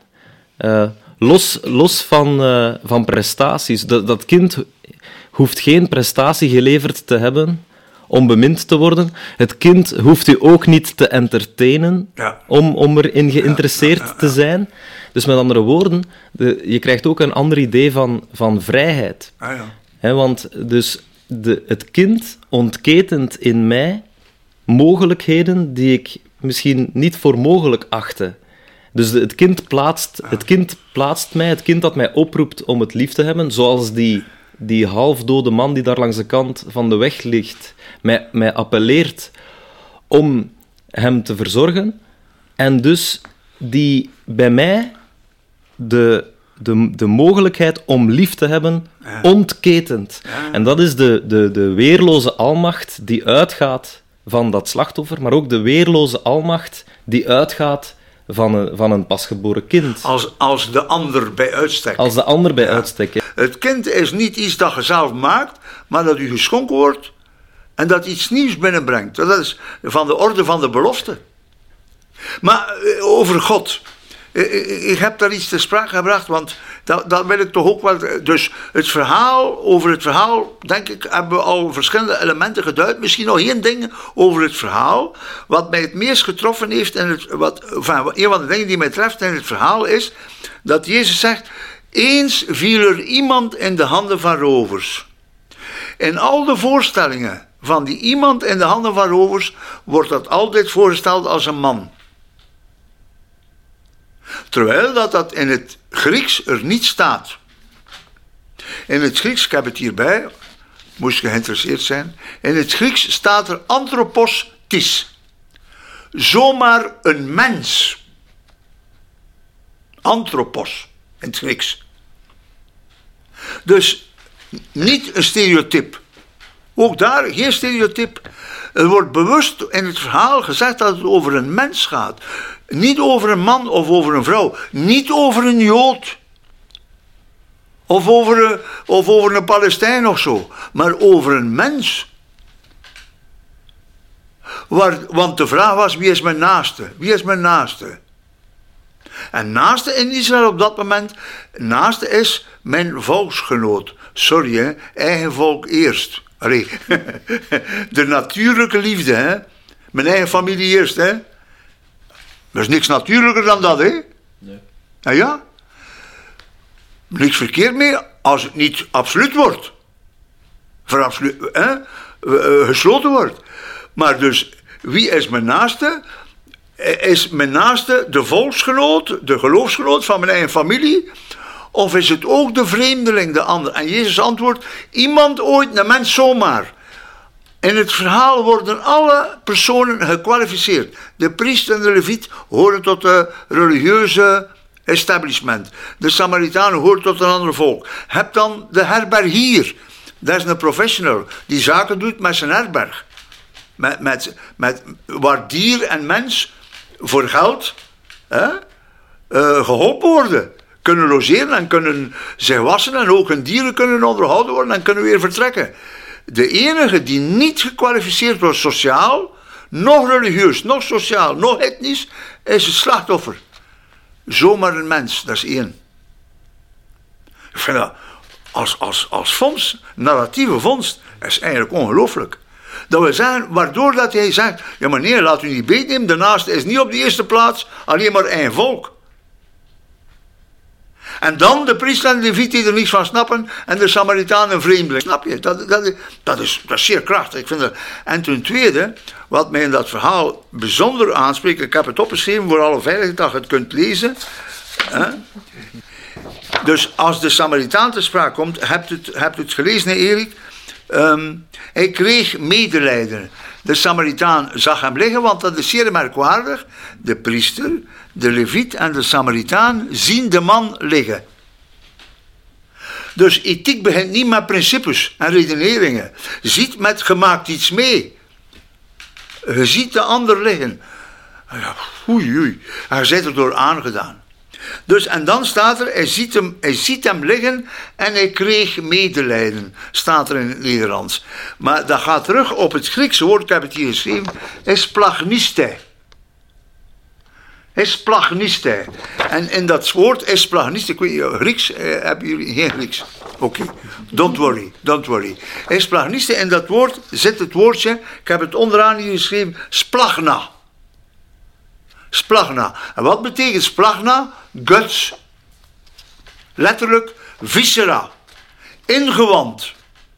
los van prestaties. Dat kind hoeft geen prestatie geleverd te hebben om bemind te worden. Het kind hoeft u ook niet te entertainen om erin geïnteresseerd te zijn. Dus met andere woorden, je krijgt ook een ander idee van vrijheid. Want dus het kind ontketent in mij mogelijkheden die ik misschien niet voor mogelijk achtte. Dus het kind plaatst mij, het kind dat mij oproept om het lief te hebben, zoals die halfdode man die daar langs de kant van de weg ligt, mij appelleert om hem te verzorgen. En dus die bij mij de mogelijkheid om lief te hebben ontketent. En dat is de weerloze almacht die uitgaat van dat slachtoffer, maar ook de weerloze almacht die uitgaat van een pasgeboren kind. Als de ander bij uitstek. Als de ander bij uitstek. Het kind is niet iets dat je zelf maakt, maar dat u geschonken wordt en dat iets nieuws binnenbrengt. Dat is van de orde van de belofte. Maar over God. Ik heb daar iets ter sprake gebracht, want dat wil ik toch ook wel... Dus over het verhaal, denk ik, hebben we al verschillende elementen geduid. Misschien nog één ding over het verhaal. Wat mij het meest getroffen heeft, een van de dingen die mij treft in het verhaal is, dat Jezus zegt, eens viel er iemand in de handen van rovers. In al de voorstellingen van die iemand in de handen van rovers wordt dat altijd voorgesteld als een man. Terwijl dat in het Grieks er niet staat. In het Grieks, ik heb het hierbij, moest je geïnteresseerd zijn. In het Grieks staat er anthropos tis. Zomaar een mens. Anthropos, in het Grieks. Dus niet een stereotype. Ook daar geen stereotype. Er wordt bewust in het verhaal gezegd dat het over een mens gaat. Niet over een man of over een vrouw. Niet over een Jood. Of over een Palestijn of zo. Maar over een mens. Want de vraag was, wie is mijn naaste? Wie is mijn naaste? En naaste in Israël op dat moment, naaste is mijn volksgenoot. Sorry, hè? Eigen volk eerst. Allee, de natuurlijke liefde, hè? Mijn eigen familie eerst, hè? Er is niks natuurlijker dan dat, hè? Nee. En ja? Niks verkeerd mee als het niet absoluut wordt. Gesloten wordt. Maar dus, wie is mijn naaste? Is mijn naaste de volksgenoot, de geloofsgenoot van mijn eigen familie? Of is het ook de vreemdeling, de ander? En Jezus antwoordt, iemand ooit, een mens zomaar. In het verhaal worden alle personen gekwalificeerd. De priester en de leviet horen tot de religieuze establishment. De Samaritaan hoort tot een ander volk. Heb dan de herbergier. Dat is een professional die zaken doet met zijn herberg. Waar dier en mens voor geld geholpen worden. Kunnen logeren en kunnen zich wassen en ook hun dieren kunnen onderhouden worden en kunnen weer vertrekken. De enige die niet gekwalificeerd wordt sociaal, nog religieus, nog sociaal, nog etnisch, is het slachtoffer. Zomaar een mens, dat is één. Ik vind dat als vondst, narratieve vondst, is eigenlijk ongelooflijk. Dat wil zeggen, waardoor dat hij zegt, ja maar nee, laat u niet beetnemen, de naaste is niet op de eerste plaats, alleen maar één volk. En dan de priester en de leviet die er niets van snappen en de Samaritaan een vreemdeling. Snap je? Dat is zeer krachtig. Ik vind dat. En ten tweede, wat mij in dat verhaal bijzonder aanspreekt, ik heb het opgeschreven voor alle veiligheid dat je het kunt lezen. Dus als de Samaritaan te sprake komt, hebt u het gelezen, hè, Erik? Hij kreeg medelijden. De Samaritaan zag hem liggen, want dat is zeer merkwaardig. De priester, de leviet en de Samaritaan zien de man liggen. Dus ethiek begint niet met principes en redeneringen. Ziet met gemaakt iets mee. Je ziet de ander liggen. Ja, oei. En je bent erdoor aangedaan. Dus, en dan staat er, hij ziet hem liggen en hij kreeg medelijden, staat er in het Nederlands. Maar dat gaat terug op het Griekse woord, ik heb het hier geschreven, esplagniste. Esplagniste. En in dat woord esplagniste, ik weet niet, Grieks, hebben jullie geen Grieks? Oké. Don't worry. Esplagniste, in dat woord zit het woordje, ik heb het onderaan hier geschreven, splagna. Splagna. En wat betekent splagna? Guts. Letterlijk viscera. Ingewand.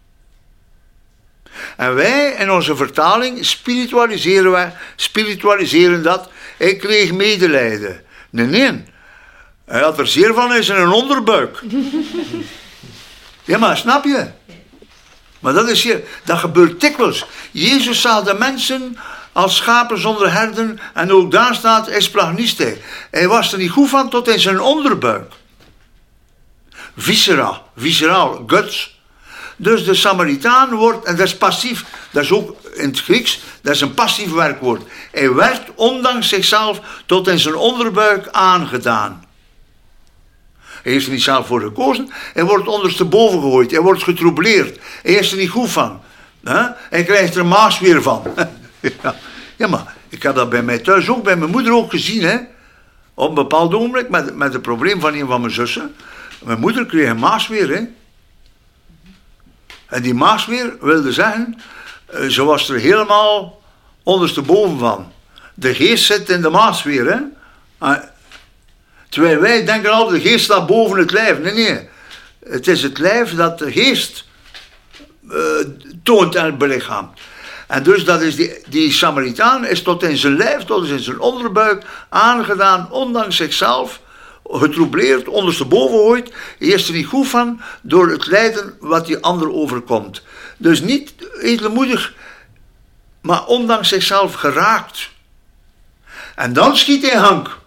En wij in onze vertaling spiritualiseren dat. Hij kreeg medelijden. Nee. Hij had er zeer van in zijn onderbuik. Ja, maar snap je? Maar dat gebeurt dikwijls. Jezus zag de mensen als schapen zonder herden, en ook daar staat esplagniste. Hij was er niet goed van tot in zijn onderbuik. Visceraal, guts. Dus de Samaritaan wordt, en dat is passief, dat is ook in het Grieks, dat is een passief werkwoord. Hij werd ondanks zichzelf tot in zijn onderbuik aangedaan. Hij heeft er niet zelf voor gekozen, hij wordt ondersteboven gegooid, hij wordt getroubleerd, hij is er niet goed van. Hij krijgt er maas weer van. Ja, maar ik heb dat bij mij thuis ook, bij mijn moeder ook gezien, hè. Op een bepaald ogenblik, met het probleem van een van mijn zussen. Mijn moeder kreeg een maagzweer, hè. En die maagzweer wilde zeggen, ze was er helemaal ondersteboven van. De geest zit in de maagzweer, hè. Terwijl wij denken altijd, de geest staat boven het lijf. Nee. Het is het lijf dat de geest toont en belichaamt. En dus dat is die Samaritaan is tot in zijn lijf, tot in zijn onderbuik aangedaan, ondanks zichzelf, getroubleerd, ondersteboven gegooid. Hij is er niet goed van door het lijden wat die ander overkomt. Dus niet edelmoedig, maar ondanks zichzelf geraakt. En dan schiet hij hank.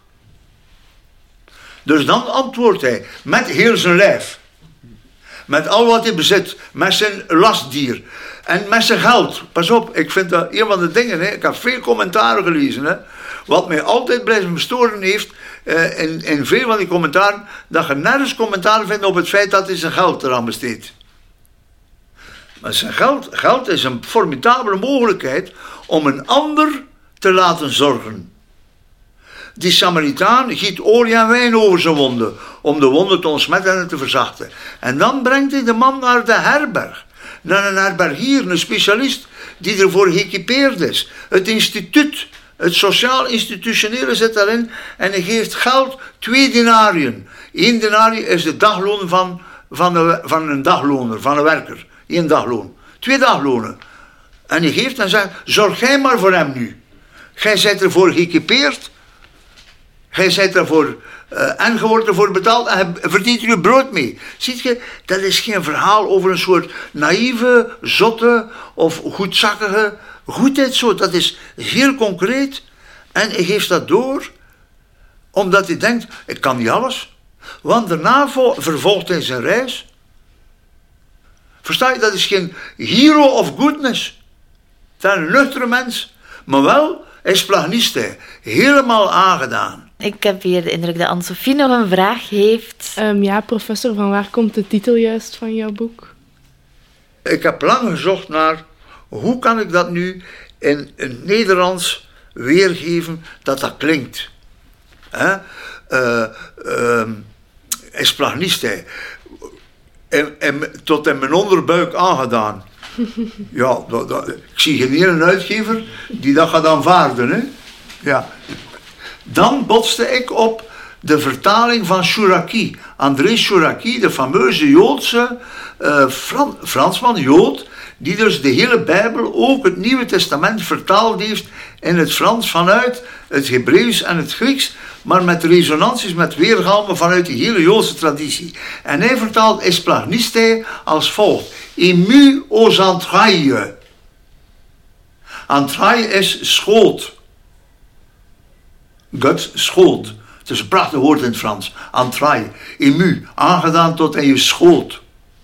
Dus dan antwoordt hij met heel zijn lijf. Met al wat hij bezit. Met zijn lastdier. En met zijn geld. Pas op, ik vind dat een van de dingen. Hè. Ik heb veel commentaren gelezen. Hè. Wat mij altijd blijven bestoren heeft. In veel van die commentaren. Dat je nergens commentaar vindt op het feit dat hij zijn geld eraan besteedt. Maar zijn geld is een formidabele mogelijkheid. Om een ander te laten zorgen. Die Samaritaan giet olie en wijn over zijn wonden, om de wonden te ontsmetten en te verzachten. En dan brengt hij de man naar de herberg. Naar een herbergier, een specialist, die ervoor geëquipeerd is. Het instituut, het sociaal-institutionele zit daarin. En hij geeft geld, 2 denariën. 1 denarië is de dagloon van een dagloner, van een werker. 1 dagloon. 2 daglonen. En hij geeft en zegt, zorg jij maar voor hem nu. Jij bent ervoor geëquipeerd. Gij zijt daarvoor en je wordt ervoor betaald en je verdient er je brood mee. Ziet je, dat is geen verhaal over een soort naïeve, zotte of goedzakkige goedheid. Zo. Dat is heel concreet. En hij geeft dat door, omdat hij denkt, ik kan niet alles. Want daarna vervolgt hij zijn reis. Versta je, dat is geen hero of goodness. Dat is een nuchtere mens, maar wel esplagniste, helemaal aangedaan. Ik heb hier de indruk dat Anne-Sophie nog een vraag heeft. Ja, professor, van waar komt de titel juist van jouw boek? Ik heb lang gezocht naar, hoe kan ik dat nu in het Nederlands weergeven dat klinkt. Esplagniste. Tot in mijn onderbuik aangedaan. Ja, ik zie geen ene uitgever die dat gaat aanvaarden. Hè? Ja. Dan botste ik op de vertaling van Chouraki. André Chouraki, de fameuze Joodse Fransman, Jood, die dus de hele Bijbel, ook het Nieuwe Testament, vertaald heeft in het Frans vanuit het Hebreeuws en het Grieks, maar met resonanties, met weergalmen vanuit die hele Joodse traditie. En hij vertaalt esplagniste als volgt. Ému aux entrailles. Entrailles is schoot. Gut, schoot. Het is een prachtig woord in het Frans. Entrailles. Ému, aangedaan tot in je schoot.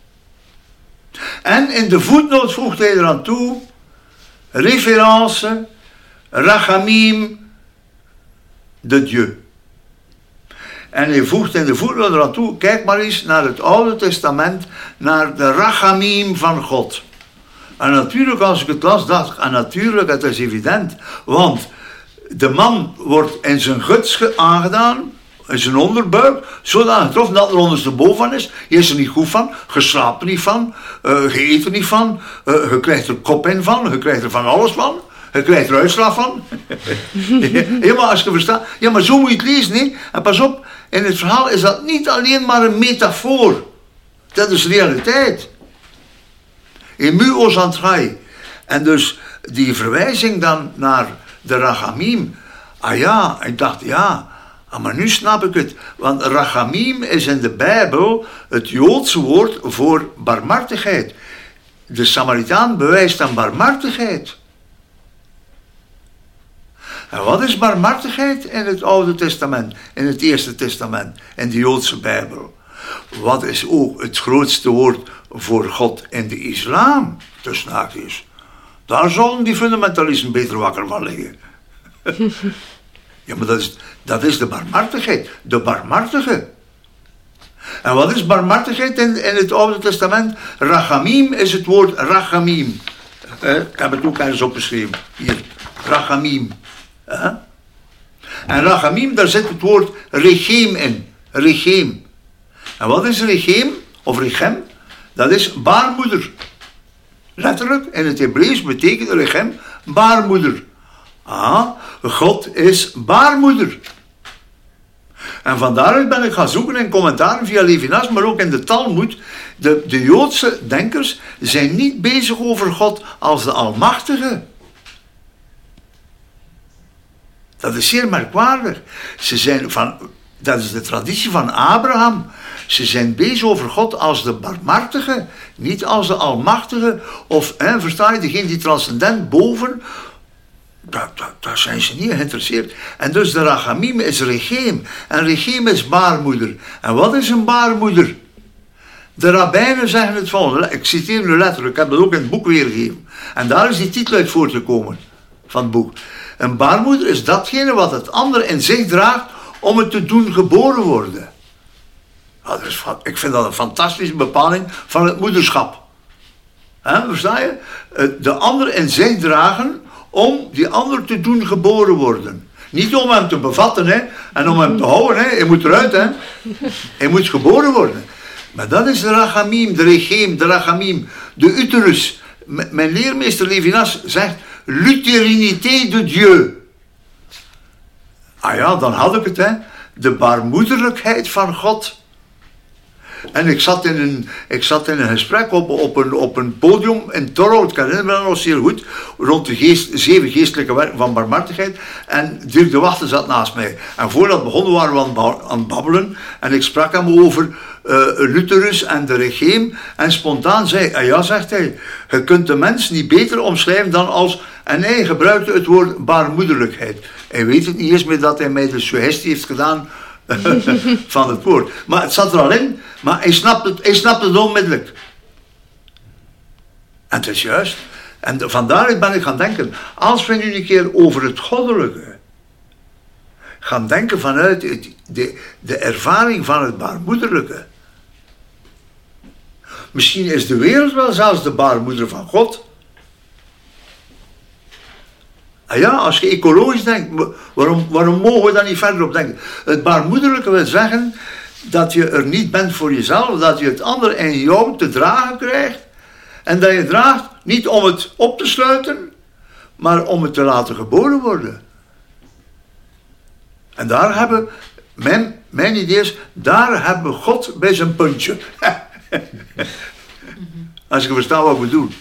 En in de voetnoot voegt hij eraan toe, référence, rachamim, de Dieu. En hij voegt in de voetnoot eraan toe, kijk maar eens naar het Oude Testament, naar de rachamim van God. En natuurlijk, als ik het las, dacht ik, en natuurlijk, het is evident, want de man wordt in zijn guts aangedaan, in zijn onderbuik, zodanig getroffen dat er ondersteboven van is. Je is er niet goed van, je slaapt er niet van, je eet er niet van, je krijgt er koppijn van, je krijgt er van alles van, je krijgt er uitslag van. Ja, maar als je verstaat, ja, maar zo moet je het lezen, hè. En pas op, in het verhaal is dat niet alleen maar een metafoor. Dat is realiteit. Ému aux entrailles. En dus die verwijzing dan naar de rachamim. Ah ja, ik dacht, ja, maar nu snap ik het. Want rachamim is in de Bijbel het Joodse woord voor barmhartigheid. De Samaritaan bewijst dan barmhartigheid. En wat is barmhartigheid in het Oude Testament, in het Eerste Testament, in de Joodse Bijbel? Wat is ook het grootste woord voor God in de islam? Tussen haakjes. Daar zullen die fundamentalisten beter wakker van liggen. Ja, maar dat is de barmhartigheid. De barmhartige. En wat is barmhartigheid in het Oude Testament? Rachamim is het woord rachamim. Ik heb het ook ergens opgeschreven. Hier, rachamim. En rachamim, daar zit het woord regem in. Regem. En wat is regem? Of regem? Dat is baarmoeder. Letterlijk, in het Hebreeuws betekent regem baarmoeder. God is baarmoeder. En van daaruit ben ik gaan zoeken in commentaren via Levinas, maar ook in de Talmud. De Joodse denkers zijn niet bezig over God als de Almachtige. Dat is zeer merkwaardig. Dat is de traditie van Abraham. Ze zijn bezig over God als de barmhartige, niet als de Almachtige. Of, versta je, degene die transcendent boven... Daar zijn ze niet geïnteresseerd. En dus de rachamim is regem. En regem is baarmoeder. En wat is een baarmoeder? De rabbijnen zeggen het volgende. Ik citeer nu letterlijk. Ik heb dat ook in het boek weergegeven. En daar is die titel uit voortgekomen. Van het boek. Een baarmoeder is datgene wat het ander in zich draagt om het te doen geboren worden. Ik vind dat een fantastische bepaling van het moederschap. Versta je? De ander in zich dragen om die ander te doen geboren worden. Niet om hem te bevatten en om hem te houden. Hij moet eruit. Hij moet geboren worden. Maar dat is de rachamim, de regem, de rachamim, de uterus. Mijn leermeester Levinas zegt l'uterinité de Dieu. Dan had ik het. De baarmoederlijkheid van God. En ik zat in een gesprek op een podium in Torhout, ik herinner me dat nog zeer goed, rond de 7 geestelijke werken van barmhartigheid. En Dirk de Wachter zat naast mij. En voordat we begonnen waren we aan het babbelen. En ik sprak hem over Lutherus en de regem. En spontaan zei hij, zegt hij, je kunt de mens niet beter omschrijven dan als... En hij gebruikte het woord baarmoederlijkheid. Hij weet het niet eens meer dat hij mij de suggestie heeft gedaan... van het woord. Maar het zat er al in, maar hij snapt het onmiddellijk. En het is juist. En van daaruit ben ik gaan denken, als we nu een keer over het goddelijke gaan denken vanuit de ervaring van het baarmoederlijke. Misschien is de wereld wel zelfs de baarmoeder van God. Als je ecologisch denkt, waarom mogen we daar niet verder op denken? Het baarmoederlijke wil zeggen dat je er niet bent voor jezelf, dat je het ander in jou te dragen krijgt. En dat je draagt niet om het op te sluiten, maar om het te laten geboren worden. En daar hebben, mijn idee is, daar hebben we God bij zijn puntje. Als je verstaat wat we doen.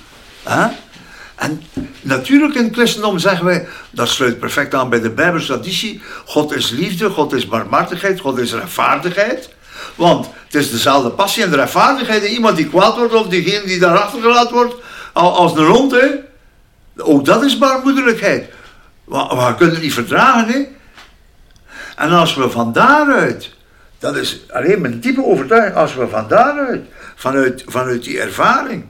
En natuurlijk in het christendom zeggen wij, dat sluit perfect aan bij de Bijbelse traditie, God is liefde, God is barmhartigheid, God is rechtvaardigheid. Want het is dezelfde passie en de rechtvaardigheid in iemand die kwaad wordt of diegene die daar achtergelaten wordt, als een hond. Ook dat is baarmoederlijkheid. We kunnen het niet verdragen. En als we van daaruit, dat is alleen mijn diepe overtuiging, als we van daaruit, vanuit die ervaring...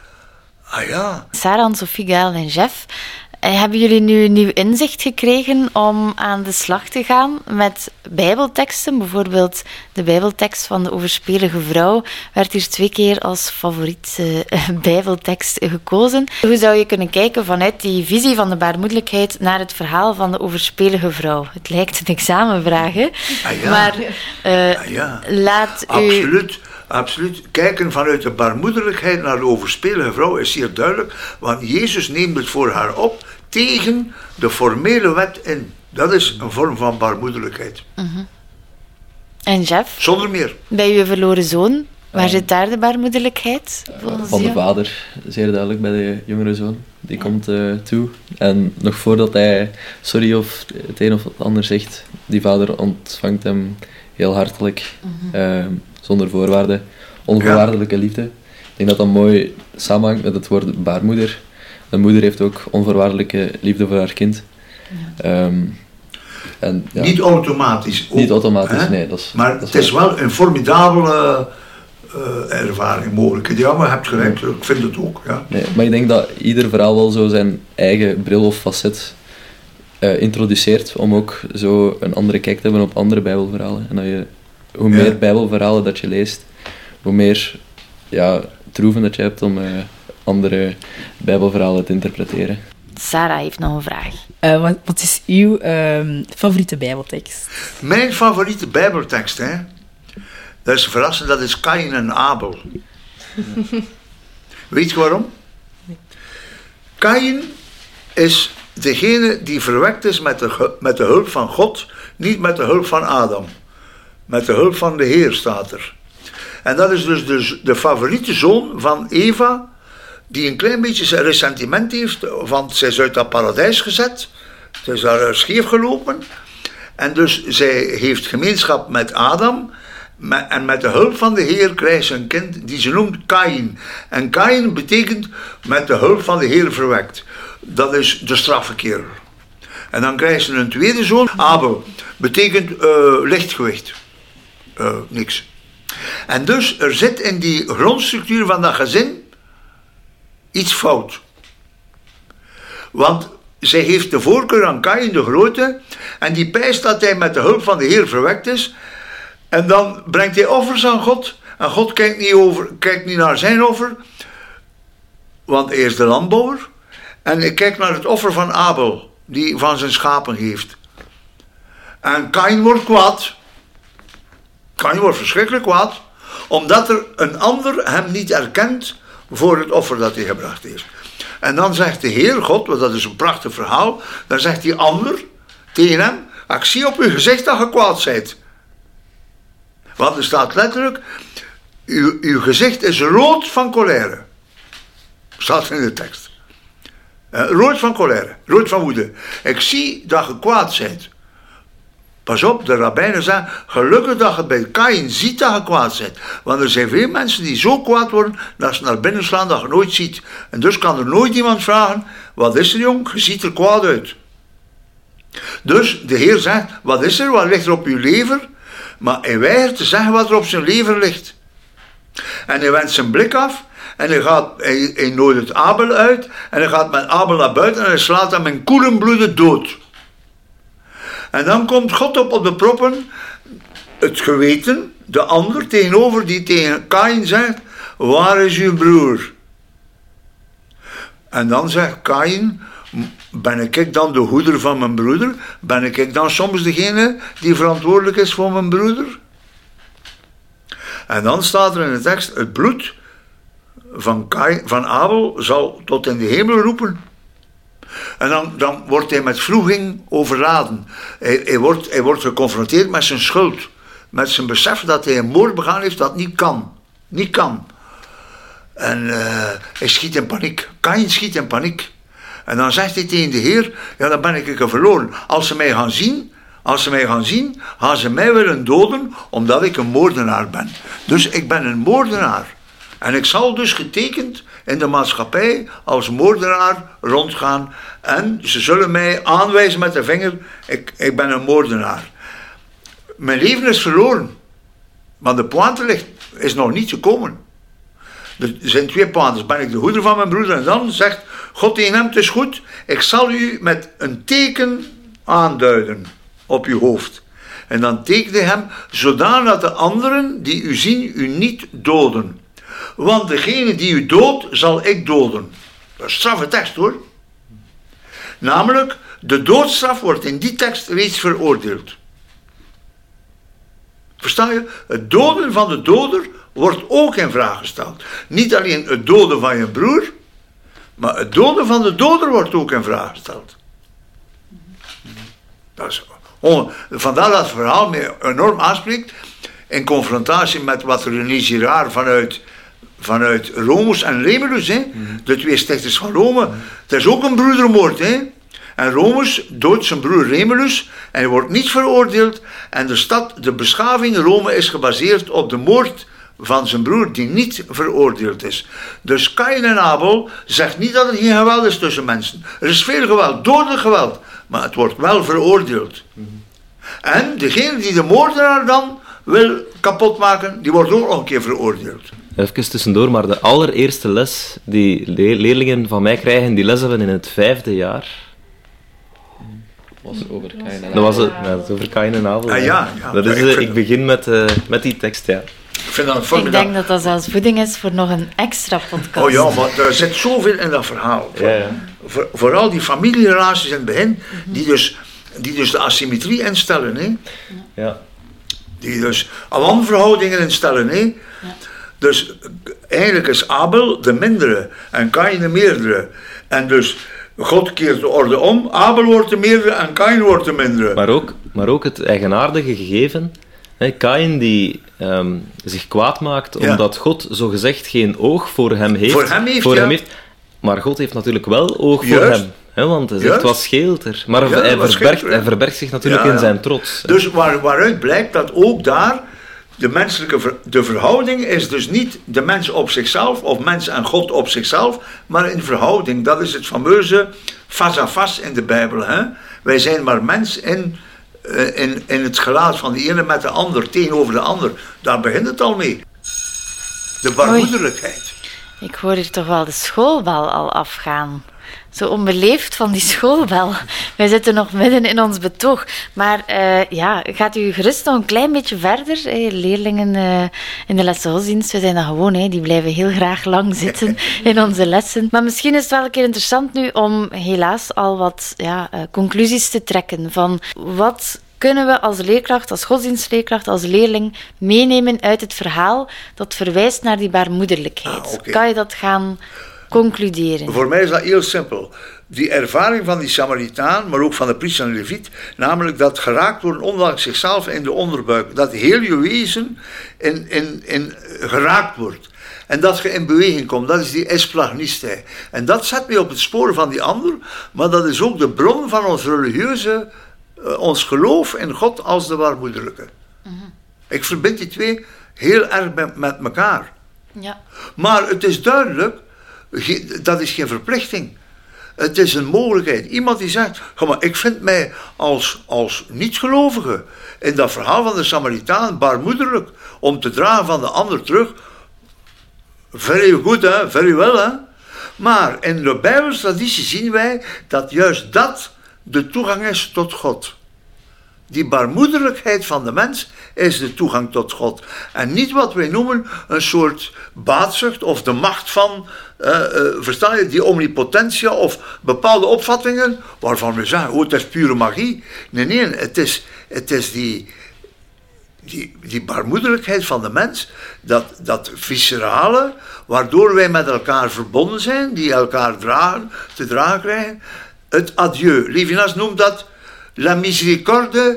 Sarah, Sophie, Gael en Jeff, hebben jullie nu een nieuw inzicht gekregen om aan de slag te gaan met bijbelteksten? Bijvoorbeeld de bijbeltekst van de overspelige vrouw werd hier 2 keer als favoriete bijbeltekst gekozen. Hoe zou je kunnen kijken vanuit die visie van de baarmoederlijkheid naar het verhaal van de overspelige vrouw? Het lijkt een examenvraag, hè? Maar laat u... Absoluut. Kijken vanuit de baarmoederlijkheid naar de overspelige vrouw is zeer duidelijk, want Jezus neemt het voor haar op tegen de formele wet in. Dat is een vorm van baarmoederlijkheid. Mm-hmm. En Jeff? Zonder meer. Bij uw verloren zoon, waar zit daar de baarmoederlijkheid? Van de vader, zeer duidelijk bij de jongere zoon. Die komt toe. En nog voordat hij sorry of het een of het ander zegt, die vader ontvangt hem heel hartelijk. Mm-hmm. Zonder voorwaarden, onvoorwaardelijke liefde. Ik denk dat dat mooi samenhangt met het woord baarmoeder. Een moeder heeft ook onvoorwaardelijke liefde voor haar kind. Ja. Niet automatisch. Niet automatisch, nee. Maar het is wel een formidabele ervaring mogelijk. Ja, maar je hebt gelijk, ik vind het ook. Ja. Nee, maar ik denk dat ieder verhaal wel zo zijn eigen bril of facet introduceert om ook zo een andere kijk te hebben op andere bijbelverhalen. En dat je... Hoe meer bijbelverhalen dat je leest, hoe meer troeven dat je hebt om andere bijbelverhalen te interpreteren. Sarah heeft nog een vraag. Wat is uw favoriete Bijbeltekst? Mijn favoriete Bijbeltekst, hè? Dat is verrassend, dat is Kaïn en Abel. Weet je waarom? Kaïn is degene die verwekt is met de hulp van God, niet met de hulp van Adam. Met de hulp van de Heer staat er. En dat is dus de favoriete zoon van Eva, die een klein beetje zijn ressentiment heeft, want zij is uit dat paradijs gezet. Ze is daar scheef gelopen. En dus zij heeft gemeenschap met Adam. En met de hulp van de Heer krijgt ze een kind die ze noemt Kaïn. En Kaïn betekent met de hulp van de Heer verwekt. Dat is de strafverkeer. En dan krijgt ze een tweede zoon, Abel. Betekent lichtgewicht. Niks. En dus er zit in die grondstructuur van dat gezin iets fout. Want zij heeft de voorkeur aan Kaïn de Grote. En die pijst dat hij met de hulp van de Heer verwekt is. En dan brengt hij offers aan God. En God kijkt niet naar zijn offer. Want hij is de landbouwer. En hij kijkt naar het offer van Abel. Die van zijn schapen geeft. En Kaïn wordt kwaad. Kaïn wordt verschrikkelijk kwaad. Omdat er een ander hem niet erkent voor het offer dat hij gebracht heeft. En dan zegt de Heer God, want dat is een prachtig verhaal. Dan zegt die ander tegen hem. Ik zie op uw gezicht dat je kwaad bent. Want er staat letterlijk, uw gezicht is rood van colère. Staat in de tekst. Rood van colère, rood van woede. Ik zie dat je kwaad bent. Pas op, de rabbijnen zeggen, gelukkig dat je bij Kaïn ziet dat je kwaad bent. Want er zijn veel mensen die zo kwaad worden, dat ze naar binnen slaan dat je nooit ziet. En dus kan er nooit iemand vragen, wat is er jong, je ziet er kwaad uit. Dus de Heer zegt, wat is er, wat ligt er op uw lever? Maar hij weigert te zeggen wat er op zijn lever ligt. En hij wendt zijn blik af. En hij nodigt Abel uit. En hij gaat met Abel naar buiten. En hij slaat hem in koelen bloeden dood. En dan komt God op de proppen. Het geweten. De ander tegenover die tegen Kaïn zegt. Waar is uw broer? En dan zegt Kaïn. Ben ik dan de hoeder van mijn broeder? Ben ik dan soms degene die verantwoordelijk is voor mijn broeder? En dan staat er in de tekst, het bloed van Abel zal tot in de hemel roepen. En dan wordt hij met wroeging overladen. Hij wordt geconfronteerd met zijn schuld. Met zijn besef dat hij een moord begaan heeft dat niet kan. Niet kan. En hij schiet in paniek. Kaïn schiet in paniek. En dan zegt hij tegen de Heer, ja, dan ben ik verloren. Als ze mij gaan zien, gaan ze mij willen doden, omdat ik een moordenaar ben. Dus ik ben een moordenaar. En ik zal dus getekend in de maatschappij als moordenaar rondgaan. En ze zullen mij aanwijzen met de vinger, ik ben een moordenaar. Mijn leven is verloren. Maar de pointe is nog niet gekomen. Er zijn twee pointes. Ben ik de hoeder van mijn broeder? En dan zegt God tegen hem, het is goed, ik zal u met een teken aanduiden op uw hoofd. En dan tekende hem, zodanig de anderen die u zien, u niet doden. Want degene die u doodt, zal ik doden. Dat is een straffe tekst hoor. Namelijk, de doodstraf wordt in die tekst reeds veroordeeld. Versta je? Het doden van de doder wordt ook in vraag gesteld. Niet alleen het doden van je broer, maar het doden van de doder wordt ook in vraag gesteld. Dat is, vandaar dat het verhaal mij enorm aanspreekt in confrontatie met wat René Girard vanuit Romus en Remulus, de twee stichters van Rome, dat is ook een broedermoord. En Romus doodt zijn broer Remulus en hij wordt niet veroordeeld. En de beschaving Rome is gebaseerd op de moord van zijn broer die niet veroordeeld is. Dus Kaïn en Abel zegt niet dat er geen geweld is tussen mensen. Er is veel geweld, dodelijk geweld, maar het wordt wel veroordeeld. En degene die de moordenaar dan wil kapotmaken, die wordt ook nog een keer veroordeeld. Even tussendoor, maar de allereerste les die leerlingen van mij krijgen, die les hebben in het 5e jaar. Was over Kaïn en Abel. Dat was het, ja, dat over Kaïn en Abel. Ja. Dat is, ik begin met die tekst, ja. Ik denk dat dat zelfs voeding is voor nog een extra podcast. Oh ja, maar er zit zoveel in dat verhaal. Ja. Vooral die familierelaties in het begin, die dus de asymmetrie instellen. Hè? Ja. Die dus wanverhoudingen instellen. Hè? Ja. Dus eigenlijk is Abel de mindere en Kain de meerdere. En dus God keert de orde om, Abel wordt de meerdere en Kain wordt de mindere. Maar ook het eigenaardige gegeven, Kain die zich kwaad maakt omdat God zogezegd geen oog voor hem heeft. Voor hem heeft. Maar God heeft natuurlijk wel oog voor hem. Want hij zegt, wat scheelt er? Maar hij verbergt zich natuurlijk in zijn trots. Dus waaruit blijkt dat ook daar de verhouding is dus niet de mens op zichzelf of mens en God op zichzelf, maar in verhouding. Dat is het fameuze face à face in de Bijbel. Hè? Wij zijn maar mens in het gelaat van de ene met de ander, tegenover de ander. Daar begint het al mee. De baarmoederlijkheid. Ik hoor hier toch wel de schoolbel al afgaan. Zo onbeleefd van die schoolbel. Wij zitten nog midden in ons betoog. Maar gaat u gerust nog een klein beetje verder. Leerlingen in de lessengodsdienst, we zijn dat gewoon. Die blijven heel graag lang zitten in onze lessen. Maar misschien is het wel een keer interessant nu om helaas al wat conclusies te trekken. Van wat kunnen we als leerkracht, als godsdienstleerkracht, als leerling meenemen uit het verhaal dat verwijst naar die baarmoederlijkheid? Kan je dat gaan concluderen? Voor mij is dat heel simpel. Die ervaring van die Samaritaan, maar ook van de priester en de leviet, namelijk dat geraakt worden ondanks zichzelf in de onderbuik, dat heel je wezen in geraakt wordt. En dat je in beweging komt, dat is die esplagnistij. En dat zet mij op het spoor van die ander, maar dat is ook de bron van ons religieuze, ons geloof in God als de baarmoederlijke. Ik verbind die twee heel erg met elkaar. Ja. Maar het is duidelijk, dat is geen verplichting. Het is een mogelijkheid. Iemand die zegt, maar ik vind mij als niet-gelovige in dat verhaal van de Samaritaan baarmoederlijk om te dragen van de ander terug. Very good, hè? Very well, hè? Maar in de Bijbelse traditie zien wij dat juist dat de toegang is tot God. Die baarmoederlijkheid van de mens is de toegang tot God. En niet wat wij noemen een soort baatzucht of de macht van, versta je, die omnipotentia of bepaalde opvattingen waarvan we zeggen, het is pure magie. Nee, het is die baarmoederlijkheid van de mens, dat viscerale, waardoor wij met elkaar verbonden zijn, die elkaar te dragen krijgen. Het adieu. Levinas noemt dat la miséricorde,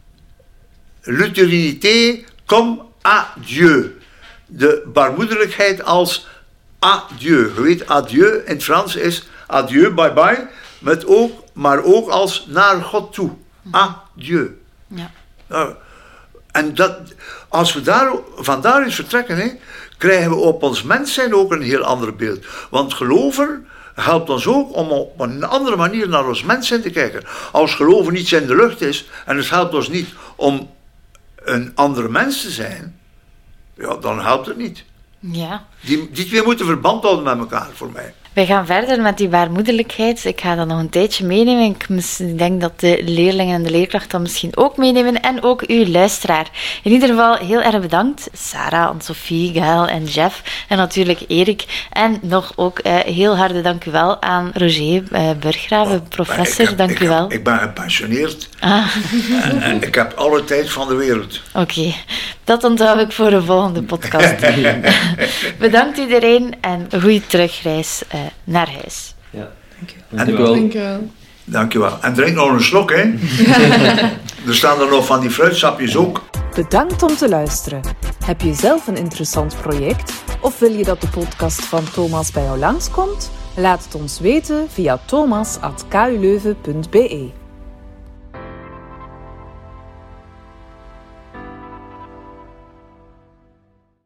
l'utérinité comme adieu. De baarmoederlijkheid als adieu. Je weet, adieu in het Frans is adieu, bye bye, maar ook als naar God toe. Adieu. Ja. En als we van daaruit vertrekken, krijgen we op ons mens zijn ook een heel ander beeld. Want geloven helpt ons ook om op een andere manier naar ons mens zijn te kijken. Als geloven iets in de lucht is en het helpt ons niet om een andere mens te zijn, dan helpt het niet. Ja. Die twee moeten verband houden met elkaar voor mij. Wij gaan verder met die baarmoederlijkheid. Ik ga dat nog een tijdje meenemen. Ik denk dat de leerlingen en de leerkracht dat misschien ook meenemen. En ook u, luisteraar. In ieder geval heel erg bedankt. Sarah, Anne-Sophie, Gaël en Jeff. En natuurlijk Erik. En nog ook heel harde dank u wel aan Roger Burggrave, professor. Dank u wel. Ik ben gepensioneerd. En ik heb alle tijd van de wereld. Oké. Dat onthoud ik voor de volgende podcast. Bedankt iedereen en een goede terugreis naar huis. Ja. Dank u wel. Dank u wel. En drink nog een slok, hè. Er staan er nog van die fruitsapjes ook. Bedankt om te luisteren. Heb je zelf een interessant project? Of wil je dat de podcast van Thomas bij jou langskomt? Laat het ons weten via thomas@kuleuven.be.